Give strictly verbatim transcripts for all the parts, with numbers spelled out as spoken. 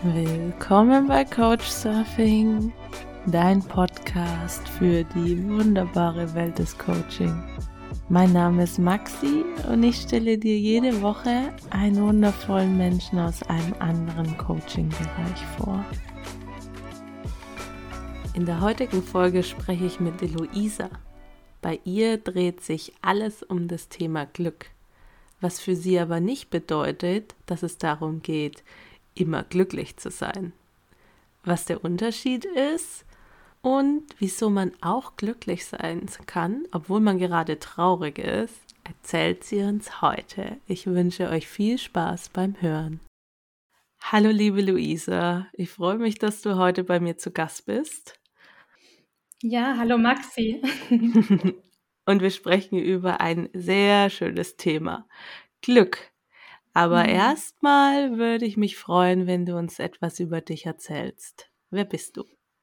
Willkommen bei Couch Surfing, dein Podcast für die wunderbare Welt des Coaching. Mein Name ist Maxi und ich stelle dir jede Woche einen wundervollen Menschen aus einem anderen Coaching-Bereich vor. In der heutigen Folge spreche ich mit Eloisa. Bei ihr dreht sich alles um das Thema Glück, was für sie aber nicht bedeutet, dass es darum geht, immer glücklich zu sein. Was der Unterschied ist und wieso man auch glücklich sein kann, obwohl man gerade traurig ist, erzählt sie uns heute. Ich wünsche euch viel Spaß beim Hören. Hallo liebe Luisa, ich freue mich, dass du heute bei mir zu Gast bist. Ja, hallo Maxi. Und wir sprechen über ein sehr schönes Thema, Glück. Aber mhm. erstmal würde ich mich freuen, wenn du uns etwas über dich erzählst. Wer bist du?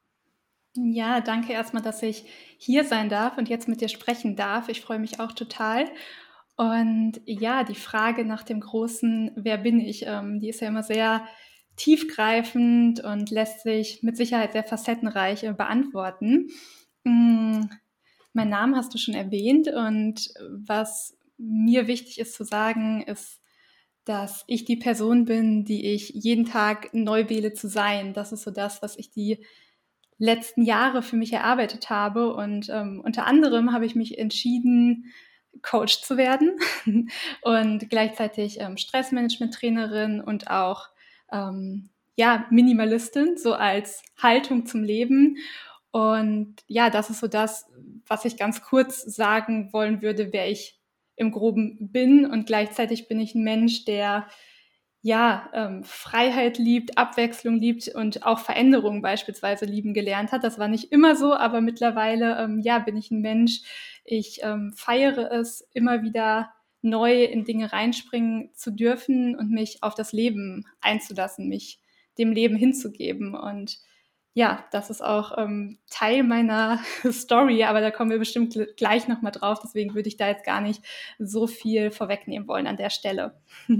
Ja, danke erstmal, dass ich hier sein darf und jetzt mit dir sprechen darf. Ich freue mich auch total. Und ja, die Frage nach dem großen Wer bin ich, ähm, die ist ja immer sehr tiefgreifend und lässt sich mit Sicherheit sehr facettenreich äh, beantworten. Mhm. Mein Namen hast du schon erwähnt und was mir wichtig ist zu sagen, ist, dass ich die Person bin, die ich jeden Tag neu wähle zu sein. Das ist so das, was ich die letzten Jahre für mich erarbeitet habe. Und ähm, unter anderem habe ich mich entschieden, Coach zu werden und gleichzeitig ähm, Stressmanagement-Trainerin und auch ähm, ja, Minimalistin, so als Haltung zum Leben. Und ja, das ist so das, was ich ganz kurz sagen wollen würde, wer ich im Groben bin. Und gleichzeitig bin ich ein Mensch, der ja ähm, Freiheit liebt, Abwechslung liebt und auch Veränderungen beispielsweise lieben gelernt hat. Das war nicht immer so, aber mittlerweile ähm, ja bin ich ein Mensch. Ich ähm, feiere es, immer wieder neu in Dinge reinspringen zu dürfen und mich auf das Leben einzulassen, mich dem Leben hinzugeben. Und ja, das ist auch ähm, Teil meiner Story, aber da kommen wir bestimmt gleich nochmal drauf. Deswegen würde ich da jetzt gar nicht so viel vorwegnehmen wollen an der Stelle.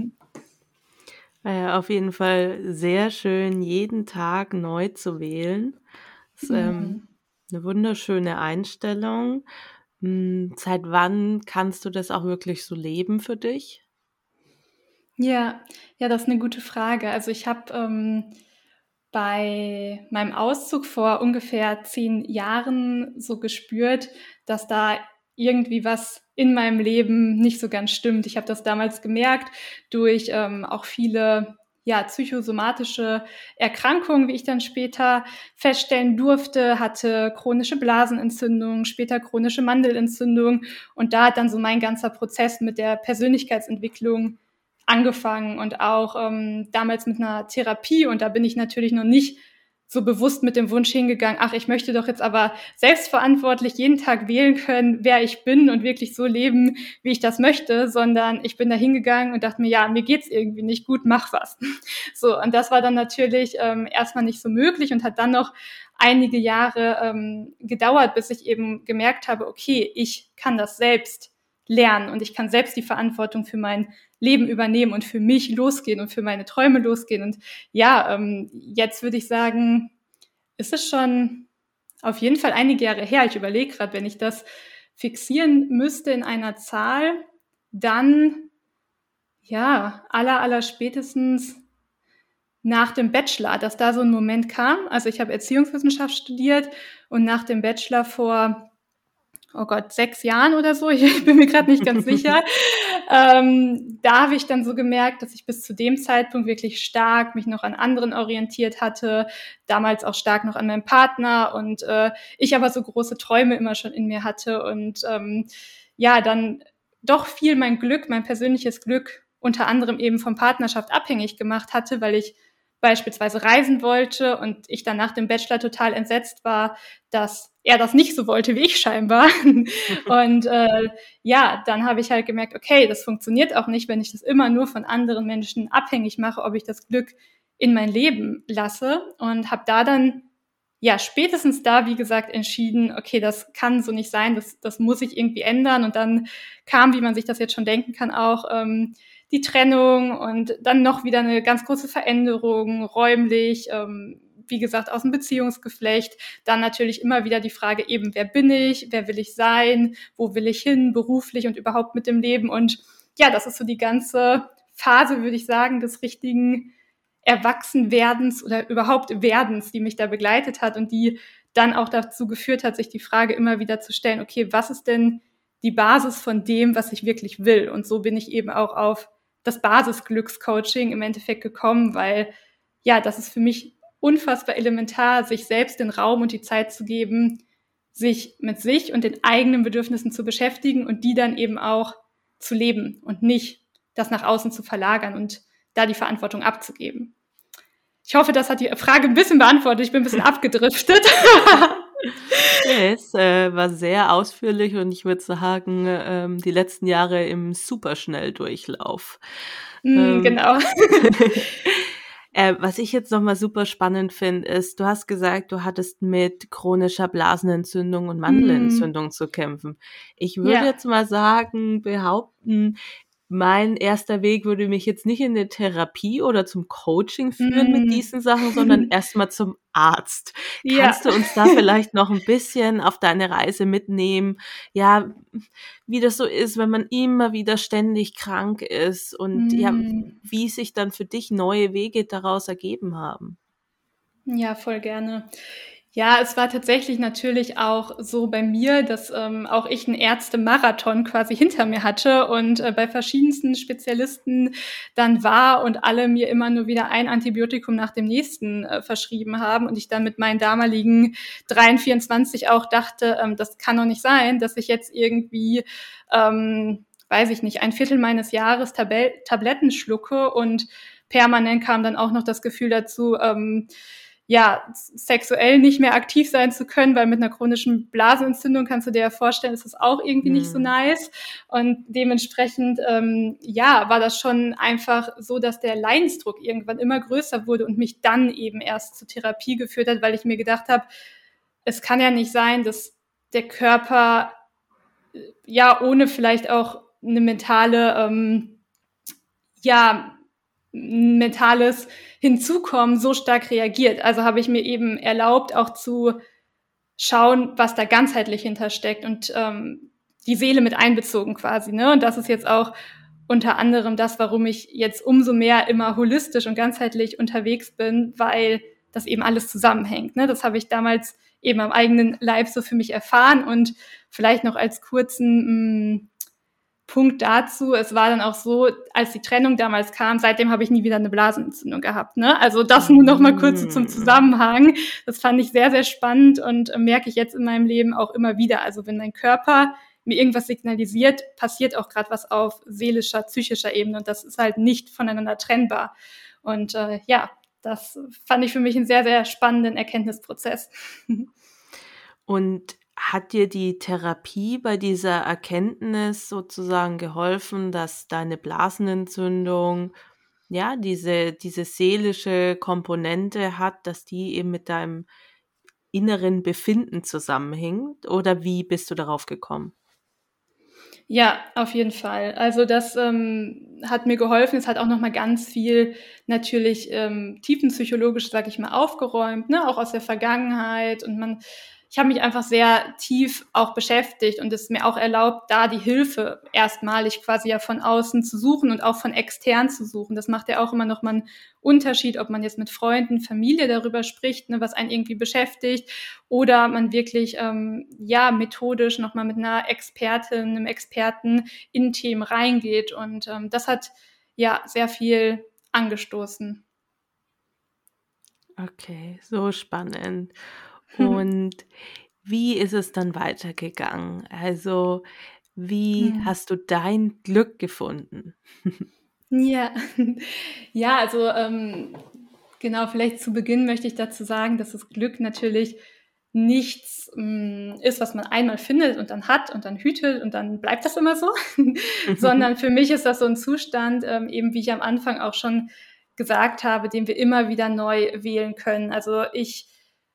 Ja, auf jeden Fall sehr schön, jeden Tag neu zu wählen. Das ist mhm. ähm, eine wunderschöne Einstellung. Seit wann kannst du das auch wirklich so leben für dich? Ja, ja, das ist eine gute Frage. Also ich habe ähm, bei meinem Auszug vor ungefähr zehn Jahren so gespürt, dass da irgendwie was in meinem Leben nicht so ganz stimmt. Ich habe das damals gemerkt durch ähm, auch viele ja, psychosomatische Erkrankungen, wie ich dann später feststellen durfte, hatte chronische Blasenentzündung, später chronische Mandelentzündung. Und da hat dann so mein ganzer Prozess mit der Persönlichkeitsentwicklung angefangen und auch ähm, damals mit einer Therapie. Und da bin ich natürlich noch nicht so bewusst mit dem Wunsch hingegangen, ach, ich möchte doch jetzt aber selbstverantwortlich jeden Tag wählen können, wer ich bin und wirklich so leben, wie ich das möchte, sondern ich bin da hingegangen und dachte mir, ja, mir geht's irgendwie nicht gut, mach was. So, und das war dann natürlich ähm, erstmal nicht so möglich und hat dann noch einige Jahre ähm, gedauert, bis ich eben gemerkt habe, okay, ich kann das selbst lernen und ich kann selbst die Verantwortung für mein Leben übernehmen und für mich losgehen und für meine Träume losgehen. Und ja, ähm, jetzt würde ich sagen, ist es schon auf jeden Fall einige Jahre her. Ich überlege gerade, wenn ich das fixieren müsste in einer Zahl, dann ja, aller, aller spätestens nach dem Bachelor, dass da so ein Moment kam. Also ich habe Erziehungswissenschaft studiert und nach dem Bachelor vor oh Gott, sechs Jahren oder so, ich bin mir gerade nicht ganz sicher, ähm, da habe ich dann so gemerkt, dass ich bis zu dem Zeitpunkt wirklich stark mich noch an anderen orientiert hatte, damals auch stark noch an meinem Partner und äh, ich aber so große Träume immer schon in mir hatte und ähm, ja, dann doch viel mein Glück, mein persönliches Glück unter anderem eben von Partnerschaft abhängig gemacht hatte, weil ich beispielsweise reisen wollte und ich dann nach dem Bachelor total entsetzt war, dass er das nicht so wollte wie ich scheinbar. Und äh, ja, dann habe ich halt gemerkt, okay, das funktioniert auch nicht, wenn ich das immer nur von anderen Menschen abhängig mache, ob ich das Glück in mein Leben lasse und habe da dann ja, spätestens da, wie gesagt, entschieden, okay, das kann so nicht sein, das, das muss sich irgendwie ändern. Und dann kam, wie man sich das jetzt schon denken kann, auch ähm, die Trennung und dann noch wieder eine ganz große Veränderung räumlich, ähm, wie gesagt, aus dem Beziehungsgeflecht. Dann natürlich immer wieder die Frage eben, wer bin ich, wer will ich sein, wo will ich hin, beruflich und überhaupt mit dem Leben. Und ja, das ist so die ganze Phase, würde ich sagen, des richtigen Erwachsenwerdens oder überhaupt Werdens, die mich da begleitet hat und die dann auch dazu geführt hat, sich die Frage immer wieder zu stellen, okay, was ist denn die Basis von dem, was ich wirklich will? Und so bin ich eben auch auf das Basisglückscoaching im Endeffekt gekommen, weil ja, das ist für mich unfassbar elementar, sich selbst den Raum und die Zeit zu geben, sich mit sich und den eigenen Bedürfnissen zu beschäftigen und die dann eben auch zu leben und nicht das nach außen zu verlagern und da die Verantwortung abzugeben. Ich hoffe, das hat die Frage ein bisschen beantwortet. Ich bin ein bisschen abgedriftet. Es äh, war sehr ausführlich und ich würde sagen, ähm, die letzten Jahre im Superschnelldurchlauf. Mm, ähm, genau. äh, was ich jetzt nochmal super spannend finde, ist, du hast gesagt, du hattest mit chronischer Blasenentzündung und Mandelentzündung mm. zu kämpfen. Ich würde ja. jetzt mal sagen, behaupten, mein erster Weg würde mich jetzt nicht in eine Therapie oder zum Coaching führen mm. mit diesen Sachen, sondern erstmal zum Arzt. Ja. Kannst du uns da vielleicht noch ein bisschen auf deine Reise mitnehmen? Ja, wie das so ist, wenn man immer wieder ständig krank ist und mm. ja, wie sich dann für dich neue Wege daraus ergeben haben. Ja, voll gerne. Ja, es war tatsächlich natürlich auch so bei mir, dass ähm, auch ich einen Ärzte-Marathon quasi hinter mir hatte und äh, bei verschiedensten Spezialisten dann war und alle mir immer nur wieder ein Antibiotikum nach dem nächsten äh, verschrieben haben und ich dann mit meinen damaligen drei vierundzwanzig auch dachte, ähm, das kann doch nicht sein, dass ich jetzt irgendwie, ähm, weiß ich nicht, ein Viertel meines Jahres Tab- Tabletten schlucke und permanent kam dann auch noch das Gefühl dazu, ähm, ja, sexuell nicht mehr aktiv sein zu können, weil mit einer chronischen Blasenentzündung kannst du dir ja vorstellen, ist das auch irgendwie hm. nicht so nice. Und dementsprechend, ähm, ja, war das schon einfach so, dass der Leidensdruck irgendwann immer größer wurde und mich dann eben erst zur Therapie geführt hat, weil ich mir gedacht habe, es kann ja nicht sein, dass der Körper ja ohne vielleicht auch eine mentale, ähm, ja, mentales Hinzukommen so stark reagiert. Also habe ich mir eben erlaubt, auch zu schauen, was da ganzheitlich hintersteckt und ähm, die Seele mit einbezogen quasi. Ne? Und das ist jetzt auch unter anderem das, warum ich jetzt umso mehr immer holistisch und ganzheitlich unterwegs bin, weil das eben alles zusammenhängt. Ne? Das habe ich damals eben am eigenen Leib so für mich erfahren und vielleicht noch als kurzen mh, Punkt dazu, es war dann auch so, als die Trennung damals kam, seitdem habe ich nie wieder eine Blasenentzündung gehabt. Ne? Also das nur noch mal kurz so zum Zusammenhang. Das fand ich sehr, sehr spannend und äh, merke ich jetzt in meinem Leben auch immer wieder. Also wenn mein Körper mir irgendwas signalisiert, passiert auch gerade was auf seelischer, psychischer Ebene und das ist halt nicht voneinander trennbar. Und äh, ja, das fand ich für mich einen sehr, sehr spannenden Erkenntnisprozess. Und hat dir die Therapie bei dieser Erkenntnis sozusagen geholfen, dass deine Blasenentzündung, ja, diese, diese seelische Komponente hat, dass die eben mit deinem inneren Befinden zusammenhängt? Oder wie bist du darauf gekommen? Ja, auf jeden Fall. Also das ähm, hat mir geholfen. Es hat auch nochmal ganz viel natürlich ähm, tiefenpsychologisch, sag ich mal, aufgeräumt, ne, auch aus der Vergangenheit. Und man Ich habe mich einfach sehr tief auch beschäftigt und es mir auch erlaubt, da die Hilfe erstmalig quasi ja von außen zu suchen und auch von extern zu suchen. Das macht ja auch immer noch mal einen Unterschied, ob man jetzt mit Freunden, Familie darüber spricht, ne, was einen irgendwie beschäftigt, oder man wirklich ähm, ja methodisch noch mal mit einer Expertin, einem Experten in Themen reingeht. Und ähm, das hat ja sehr viel angestoßen. Okay, so spannend. Und wie ist es dann weitergegangen? Also, wie Hm. hast du dein Glück gefunden? Ja, ja, also ähm, genau, vielleicht zu Beginn möchte ich dazu sagen, dass das Glück natürlich nichts ähm, ist, was man einmal findet und dann hat und dann hütet und dann bleibt das immer so, sondern für mich ist das so ein Zustand, ähm, eben wie ich am Anfang auch schon gesagt habe, den wir immer wieder neu wählen können. Also ich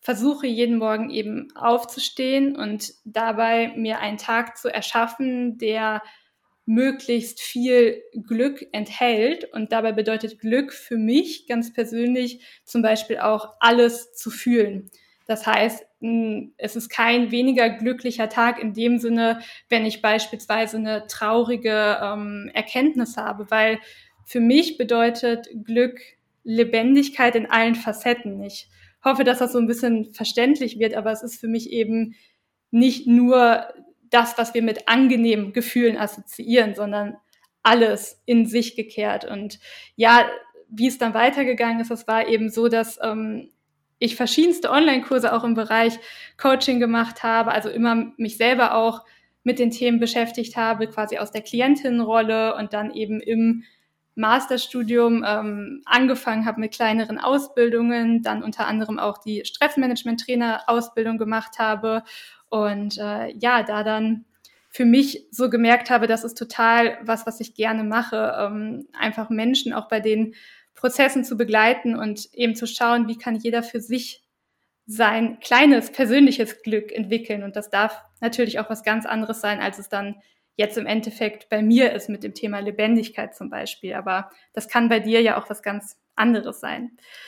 versuche jeden Morgen eben aufzustehen und dabei mir einen Tag zu erschaffen, der möglichst viel Glück enthält. Und dabei bedeutet Glück für mich ganz persönlich zum Beispiel auch alles zu fühlen. Das heißt, es ist kein weniger glücklicher Tag in dem Sinne, wenn ich beispielsweise eine traurige ähm, Erkenntnis habe, weil für mich bedeutet Glück Lebendigkeit in allen Facetten. Ich hoffe, dass das so ein bisschen verständlich wird, aber es ist für mich eben nicht nur das, was wir mit angenehmen Gefühlen assoziieren, sondern alles in sich gekehrt. Und ja, wie es dann weitergegangen ist, es war eben so, dass ähm, ich verschiedenste Online-Kurse auch im Bereich Coaching gemacht habe, also immer mich selber auch mit den Themen beschäftigt habe, quasi aus der Klientinnenrolle und dann eben im Masterstudium ähm, angefangen habe mit kleineren Ausbildungen, dann unter anderem auch die Stressmanagement-Trainer-Ausbildung gemacht habe und äh, ja, da dann für mich so gemerkt habe, das ist total was, was ich gerne mache, ähm, einfach Menschen auch bei den Prozessen zu begleiten und eben zu schauen, wie kann jeder für sich sein kleines persönliches Glück entwickeln. Und das darf natürlich auch was ganz anderes sein, als es dann jetzt im Endeffekt bei mir ist mit dem Thema Lebendigkeit zum Beispiel. Aber das kann bei dir ja auch was ganz anderes sein.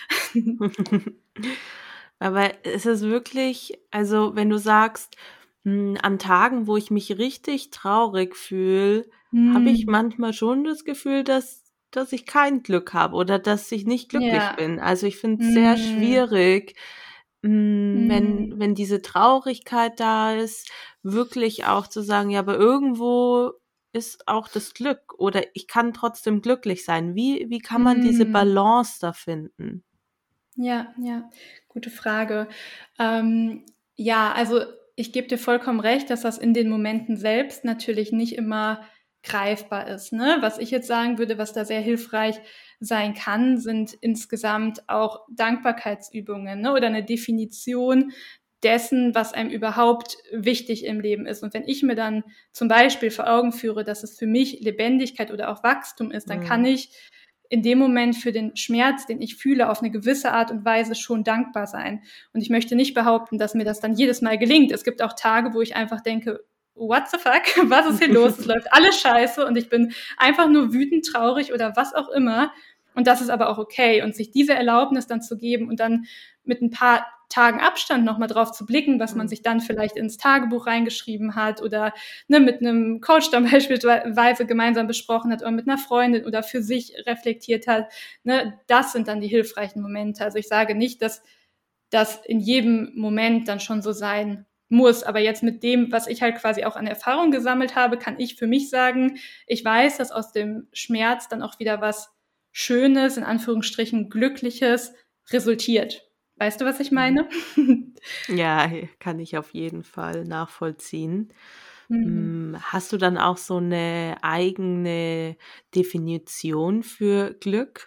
Aber ist es wirklich, also wenn du sagst, mh, an Tagen, wo ich mich richtig traurig fühle, hm. habe ich manchmal schon das Gefühl, dass, dass ich kein Glück habe oder dass ich nicht glücklich ja. bin. Also ich finde es hm. sehr schwierig, mh, hm. wenn, wenn diese Traurigkeit da ist, wirklich auch zu sagen, ja, aber irgendwo ist auch das Glück oder ich kann trotzdem glücklich sein. Wie, wie kann man hm. diese Balance da finden? Ja, ja, gute Frage. Ähm, ja, also ich gebe dir vollkommen recht, dass das in den Momenten selbst natürlich nicht immer greifbar ist. Ne? Was ich jetzt sagen würde, was da sehr hilfreich sein kann, sind insgesamt auch Dankbarkeitsübungen, ne? Oder eine Definition dessen, was einem überhaupt wichtig im Leben ist. Und wenn ich mir dann zum Beispiel vor Augen führe, dass es für mich Lebendigkeit oder auch Wachstum ist, dann mhm. kann ich in dem Moment für den Schmerz, den ich fühle, auf eine gewisse Art und Weise schon dankbar sein. Und ich möchte nicht behaupten, dass mir das dann jedes Mal gelingt. Es gibt auch Tage, wo ich einfach denke, what the fuck, was ist hier los? Es läuft alles scheiße und ich bin einfach nur wütend, traurig oder was auch immer. Und das ist aber auch okay. Und sich diese Erlaubnis dann zu geben und dann mit ein paar Tagen Abstand nochmal drauf zu blicken, was man sich dann vielleicht ins Tagebuch reingeschrieben hat oder ne, mit einem Coach dann beispielsweise gemeinsam besprochen hat oder mit einer Freundin oder für sich reflektiert hat. Ne, das sind dann die hilfreichen Momente. Also ich sage nicht, dass das in jedem Moment dann schon so sein muss. Aber jetzt mit dem, was ich halt quasi auch an Erfahrung gesammelt habe, kann ich für mich sagen, ich weiß, dass aus dem Schmerz dann auch wieder was Schönes, in Anführungsstrichen Glückliches resultiert. Weißt du, was ich meine? Ja, kann ich auf jeden Fall nachvollziehen. Mhm. Hast du dann auch so eine eigene Definition für Glück?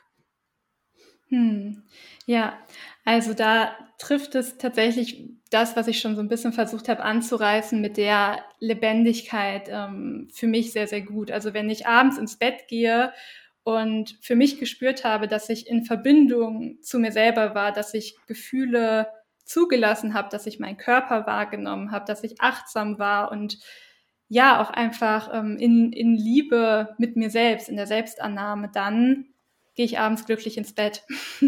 Hm. Ja, also da trifft es tatsächlich das, was ich schon so ein bisschen versucht habe anzureißen mit der Lebendigkeit ähm, für mich sehr, sehr gut. Also wenn ich abends ins Bett gehe und für mich gespürt habe, dass ich in Verbindung zu mir selber war, dass ich Gefühle zugelassen habe, dass ich meinen Körper wahrgenommen habe, dass ich achtsam war und ja, auch einfach ähm, in, in Liebe mit mir selbst, in der Selbstannahme, dann gehe ich abends glücklich ins Bett.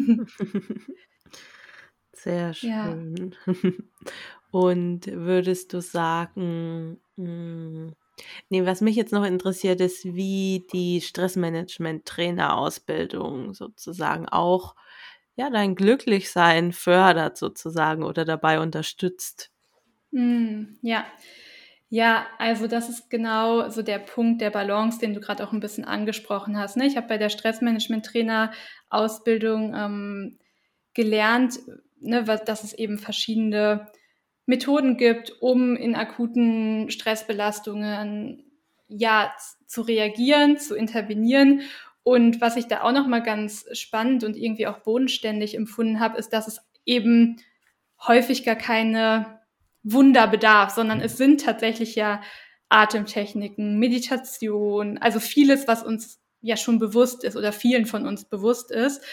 Sehr schön. Ja. Und würdest du sagen, mh, nee, was mich jetzt noch interessiert, ist, wie die Stressmanagement-Trainer-Ausbildung sozusagen auch ja, dein Glücklichsein fördert sozusagen oder dabei unterstützt. Mm, ja. Ja, also das ist genau so der Punkt der Balance, den du gerade auch ein bisschen angesprochen hast. Ne? Ich habe bei der Stressmanagement-Trainer-Ausbildung ähm, gelernt, ne, dass es eben verschiedene Methoden gibt, um in akuten Stressbelastungen ja zu reagieren, zu intervenieren. Und was ich da auch nochmal ganz spannend und irgendwie auch bodenständig empfunden habe, ist, dass es eben häufig gar keine Wunder bedarf, sondern es sind tatsächlich ja Atemtechniken, Meditation, also vieles, was uns ja schon bewusst ist oder vielen von uns bewusst ist.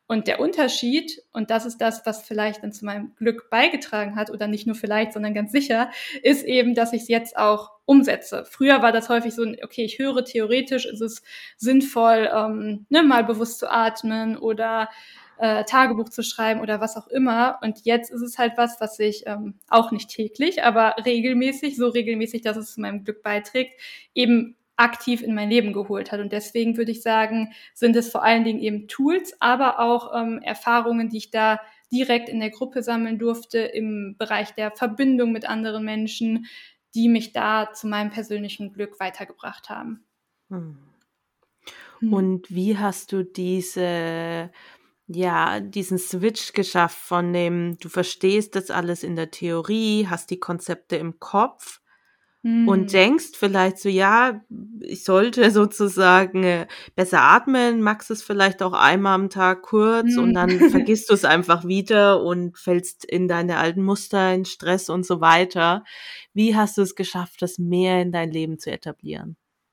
Und der Unterschied, und das ist das, was vielleicht dann zu meinem Glück beigetragen hat, oder nicht nur vielleicht, sondern ganz sicher, ist eben, dass ich es jetzt auch umsetze. Früher war das häufig so, okay, ich höre theoretisch, ist es sinnvoll, ähm, ne, mal bewusst zu atmen oder äh, Tagebuch zu schreiben oder was auch immer. Und jetzt ist es halt was, was ich ähm, auch nicht täglich, aber regelmäßig, so regelmäßig, dass es zu meinem Glück beiträgt, eben aktiv in mein Leben geholt hat. Und deswegen würde ich sagen, sind es vor allen Dingen eben Tools, aber auch ähm, Erfahrungen, die ich da direkt in der Gruppe sammeln durfte, im Bereich der Verbindung mit anderen Menschen, die mich da zu meinem persönlichen Glück weitergebracht haben. Hm. Hm. Und wie hast du diese, ja, diesen Switch geschafft von dem, du verstehst das alles in der Theorie, hast die Konzepte im Kopf und denkst vielleicht so, ja, ich sollte sozusagen äh, besser atmen, magst es vielleicht auch einmal am Tag kurz Hm. und dann vergisst du es einfach wieder und fällst in deine alten Muster, in Stress und so weiter. Wie hast du es geschafft, das mehr in dein Leben zu etablieren?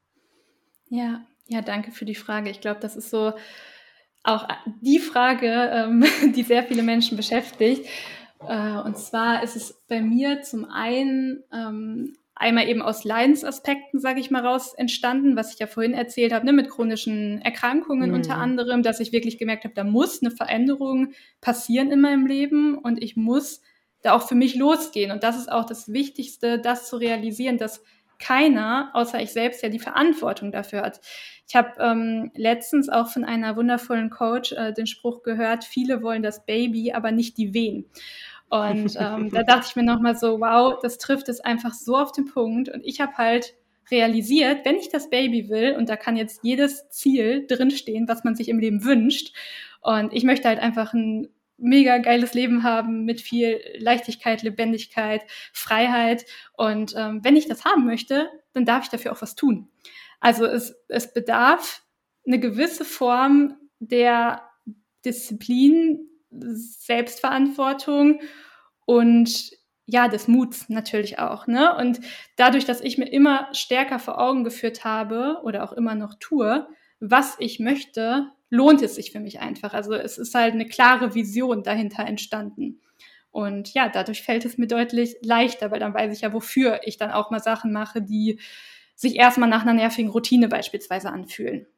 Ja, ja, danke für die Frage. Ich glaube, das ist so auch die Frage, ähm, die sehr viele Menschen beschäftigt. Äh, und zwar ist es bei mir zum einen ähm, einmal eben aus Leidensaspekten, sage ich mal, raus entstanden, was ich ja vorhin erzählt habe, ne, mit chronischen Erkrankungen Mhm. unter anderem, dass ich wirklich gemerkt habe, da muss eine Veränderung passieren in meinem Leben und ich muss da auch für mich losgehen. Und das ist auch das Wichtigste, das zu realisieren, dass keiner, außer ich selbst, ja die Verantwortung dafür hat. Ich habe ähm, letztens auch von einer wundervollen Coach äh, den Spruch gehört, viele wollen das Baby, aber nicht die Wehen. Und ähm, da dachte ich mir nochmal so, wow, das trifft es einfach so auf den Punkt. Und ich habe halt realisiert, wenn ich das Baby will, und da kann jetzt jedes Ziel drinstehen, was man sich im Leben wünscht, und ich möchte halt einfach ein mega geiles Leben haben mit viel Leichtigkeit, Lebendigkeit, Freiheit. Und ähm, wenn ich das haben möchte, dann darf ich dafür auch was tun. Also es, es bedarf eine gewisse Form der Disziplin, Selbstverantwortung und ja, des Muts natürlich auch, ne? Und dadurch, dass ich mir immer stärker vor Augen geführt habe oder auch immer noch tue, was ich möchte, lohnt es sich für mich einfach. Also es ist halt eine klare Vision dahinter entstanden. Und ja, dadurch fällt es mir deutlich leichter, weil dann weiß ich ja, wofür ich dann auch mal Sachen mache, die sich erstmal nach einer nervigen Routine beispielsweise anfühlen.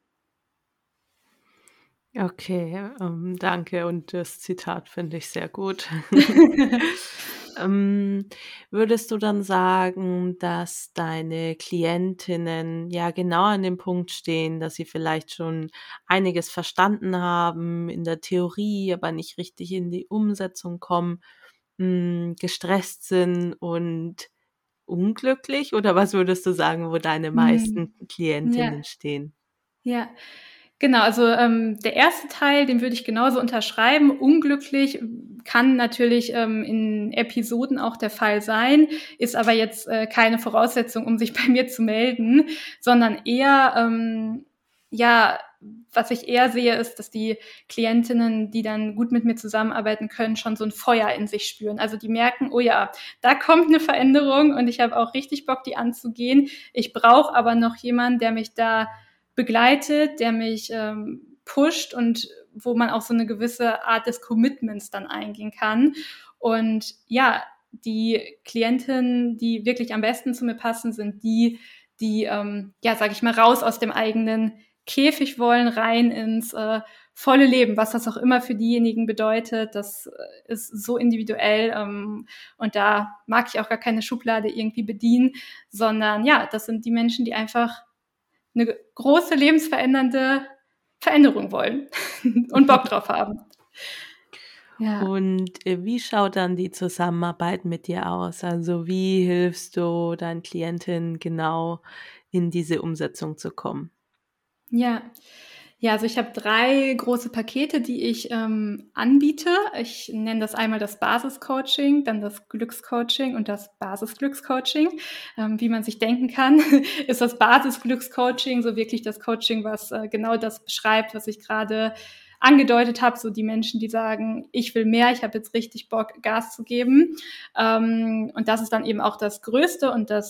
Okay, ähm, danke und das Zitat finde ich sehr gut. Ähm, würdest du dann sagen, dass deine Klientinnen ja genau an dem Punkt stehen, dass sie vielleicht schon einiges verstanden haben in der Theorie, aber nicht richtig in die Umsetzung kommen, hm, gestresst sind und unglücklich? Oder was würdest du sagen, wo deine meisten Hm. Ja, Klientinnen stehen? ja. Genau, also ähm, der erste Teil, den würde ich genauso unterschreiben. Unglücklich kann natürlich ähm, in Episoden auch der Fall sein, ist aber jetzt äh, keine Voraussetzung, um sich bei mir zu melden, sondern eher, ähm, ja, was ich eher sehe, ist, dass die Klientinnen, die dann gut mit mir zusammenarbeiten können, schon so ein Feuer in sich spüren. Also die merken, oh ja, da kommt eine Veränderung und ich habe auch richtig Bock, die anzugehen. Ich brauche aber noch jemanden, der mich da begleitet, der mich ähm, pusht und wo man auch so eine gewisse Art des Commitments dann eingehen kann. Und ja, die Klientinnen, die wirklich am besten zu mir passen, sind die, die, ähm, ja, sage ich mal, raus aus dem eigenen Käfig wollen, rein ins äh, volle Leben, was das auch immer für diejenigen bedeutet. Das ist so individuell ähm, und da mag ich auch gar keine Schublade irgendwie bedienen, sondern ja, das sind die Menschen, die einfach eine große lebensverändernde Veränderung wollen und Bock drauf haben. Ja. Und äh, wie schaut dann die Zusammenarbeit mit dir aus? Also wie hilfst du deinen Klientinnen genau in diese Umsetzung zu kommen? Ja. Ja, also ich habe drei große Pakete, die ich ähm, anbiete. Ich nenne das einmal das Basiscoaching, dann das Glückscoaching und das Basisglückscoaching. Ähm, wie man sich denken kann, ist das Basisglückscoaching so wirklich das Coaching, was äh, genau das beschreibt, was ich gerade angedeutet habe, so die Menschen, die sagen, ich will mehr, ich habe jetzt richtig Bock, Gas zu geben. Ähm, und das ist dann eben auch das Größte und das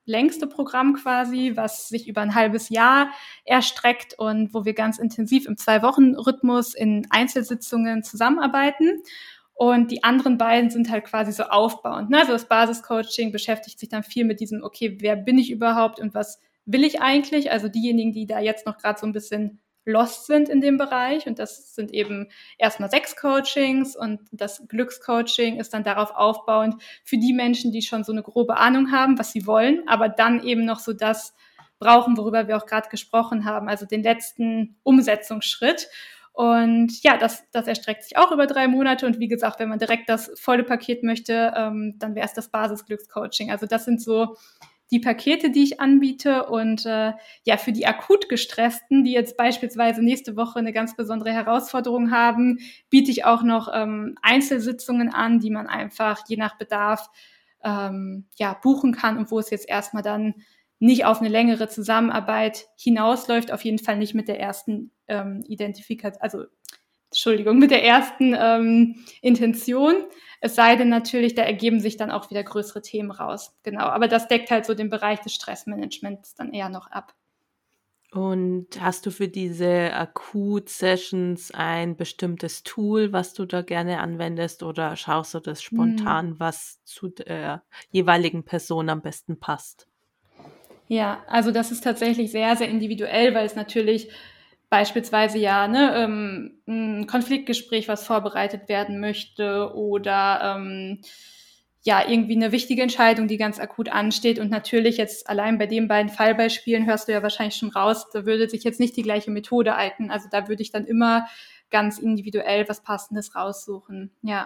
längste Programm quasi, was sich über ein halbes Jahr erstreckt und wo wir ganz intensiv im Zwei-Wochen-Rhythmus in Einzelsitzungen zusammenarbeiten. Und die anderen beiden sind halt quasi so aufbauend. Ne? Also das Basiscoaching beschäftigt sich dann viel mit diesem, okay, wer bin ich überhaupt und was will ich eigentlich? Also diejenigen, die da jetzt noch gerade so ein bisschen lost sind in dem Bereich. Und das sind eben erstmal sechs Coachings und das Glückscoaching ist dann darauf aufbauend für die Menschen, die schon so eine grobe Ahnung haben, was sie wollen, aber dann eben noch so das brauchen, worüber wir auch gerade gesprochen haben, also den letzten Umsetzungsschritt. Und ja, das, das erstreckt sich auch über drei Monate. Und wie gesagt, wenn man direkt das volle Paket möchte, ähm, dann wäre es das Basisglückscoaching. Also das sind so die Pakete, die ich anbiete. Und äh, ja, für die akut Gestressten, die jetzt beispielsweise nächste Woche eine ganz besondere Herausforderung haben, biete ich auch noch ähm, Einzelsitzungen an, die man einfach je nach Bedarf ähm, ja, buchen kann und wo es jetzt erstmal dann nicht auf eine längere Zusammenarbeit hinausläuft, auf jeden Fall nicht mit der ersten ähm, Identifikation, also Entschuldigung, mit der ersten ähm, Intention. Es sei denn natürlich, da ergeben sich dann auch wieder größere Themen raus. Genau, aber das deckt halt so den Bereich des Stressmanagements dann eher noch ab. Und hast du für diese Akut-Sessions ein bestimmtes Tool, was du da gerne anwendest, oder schaust du das spontan, hm. was zu der jeweiligen Person am besten passt? Ja, also das ist tatsächlich sehr, sehr individuell, weil es natürlich beispielsweise ja ne, ähm, ein Konfliktgespräch, was vorbereitet werden möchte oder ähm, ja irgendwie eine wichtige Entscheidung, die ganz akut ansteht. Und natürlich jetzt allein bei den beiden Fallbeispielen hörst du ja wahrscheinlich schon raus, da würde sich jetzt nicht die gleiche Methode eignen. Also da würde ich dann immer ganz individuell was Passendes raussuchen. Ja.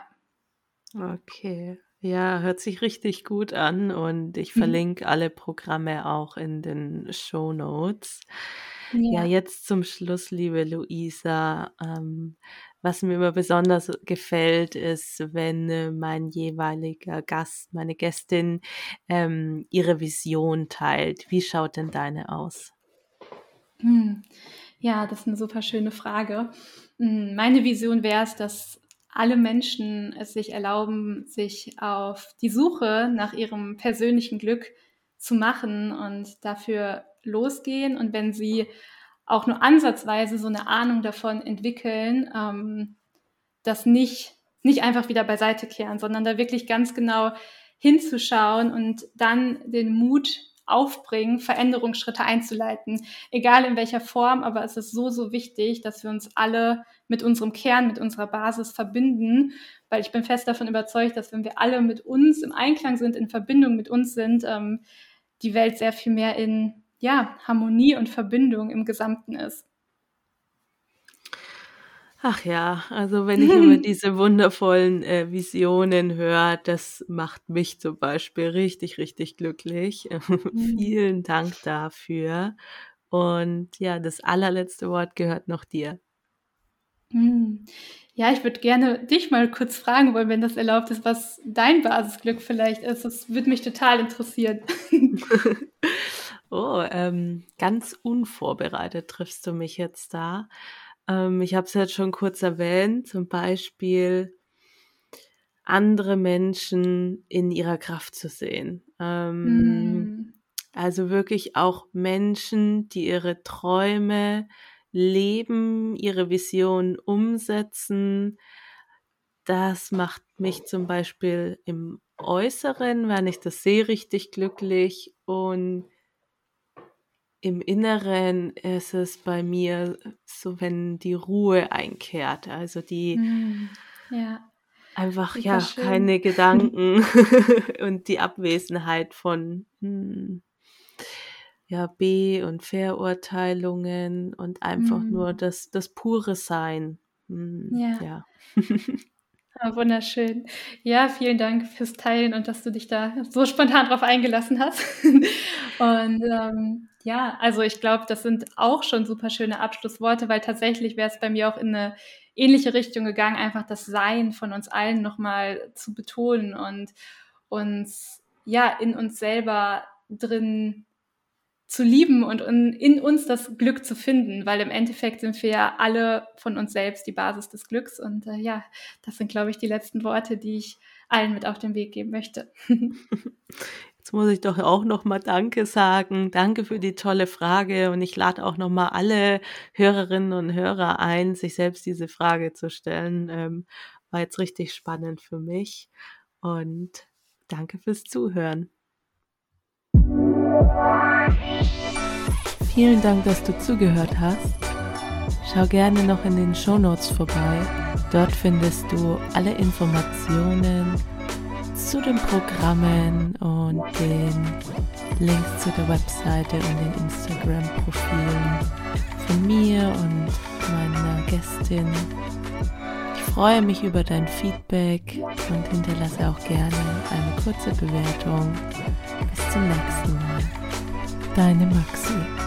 Okay. Ja, hört sich richtig gut an und ich verlinke mhm. alle Programme auch in den Shownotes. Ja. ja, jetzt zum Schluss, liebe Luisa, ähm, was mir immer besonders gefällt, ist, wenn äh, mein jeweiliger Gast, meine Gästin, ähm, ihre Vision teilt. Wie schaut denn deine aus? Hm. Ja, das ist eine super schöne Frage. Meine Vision wäre es, dass alle Menschen es sich erlauben, sich auf die Suche nach ihrem persönlichen Glück zu machen und dafür losgehen. Und wenn sie auch nur ansatzweise so eine Ahnung davon entwickeln, ähm, das nicht, nicht einfach wieder beiseite kehren, sondern da wirklich ganz genau hinzuschauen und dann den Mut aufbringen, Veränderungsschritte einzuleiten, egal in welcher Form, aber es ist so, so wichtig, dass wir uns alle mit unserem Kern, mit unserer Basis verbinden, weil ich bin fest davon überzeugt, dass wenn wir alle mit uns im Einklang sind, in Verbindung mit uns sind, ähm, die Welt sehr viel mehr in ja, Harmonie und Verbindung im Gesamten ist. Ach ja, also wenn ich immer diese wundervollen äh, Visionen höre, das macht mich zum Beispiel richtig, richtig glücklich. Mhm. Vielen Dank dafür. Und ja, das allerletzte Wort gehört noch dir. Ja, ich würde gerne dich mal kurz fragen wollen, wenn das erlaubt ist, was dein Basisglück vielleicht ist. Das würde mich total interessieren. Oh, ähm, ganz unvorbereitet triffst du mich jetzt da. Ähm, ich habe es jetzt schon kurz erwähnt, zum Beispiel andere Menschen in ihrer Kraft zu sehen. Ähm, mm. Also wirklich auch Menschen, die ihre Träume leben, ihre Vision umsetzen. Das macht mich zum Beispiel im Äußeren, wenn ich das sehe, richtig glücklich, und im Inneren ist es bei mir so, wenn die Ruhe einkehrt, also die mm, ja. einfach Super ja schön. Keine Gedanken und die Abwesenheit von hm, ja Be- und Verurteilungen und einfach mm. nur das das pure Sein. Hm, ja. ja. Ah, wunderschön. Ja, vielen Dank fürs Teilen und dass du dich da so spontan drauf eingelassen hast. Und ähm, ja, also ich glaube, das sind auch schon super schöne Abschlussworte, weil tatsächlich wäre es bei mir auch in eine ähnliche Richtung gegangen, einfach das Sein von uns allen nochmal zu betonen und uns ja in uns selber drin zu lieben und in uns das Glück zu finden, weil im Endeffekt sind wir ja alle von uns selbst die Basis des Glücks. Und äh, ja, das sind, glaube ich, die letzten Worte, die ich allen mit auf den Weg geben möchte. Jetzt muss ich doch auch nochmal Danke sagen. Danke für die tolle Frage und ich lade auch nochmal alle Hörerinnen und Hörer ein, sich selbst diese Frage zu stellen. Ähm, war jetzt richtig spannend für mich und danke fürs Zuhören. Vielen Dank, dass du zugehört hast. Schau gerne noch in den Shownotes vorbei. Dort findest du alle Informationen zu den Programmen und den Links zu der Webseite und den Instagram-Profilen von mir und meiner Gästin. Ich freue mich über dein Feedback und hinterlasse auch gerne eine kurze Bewertung. Bis zum nächsten Mal. Deine Maxi.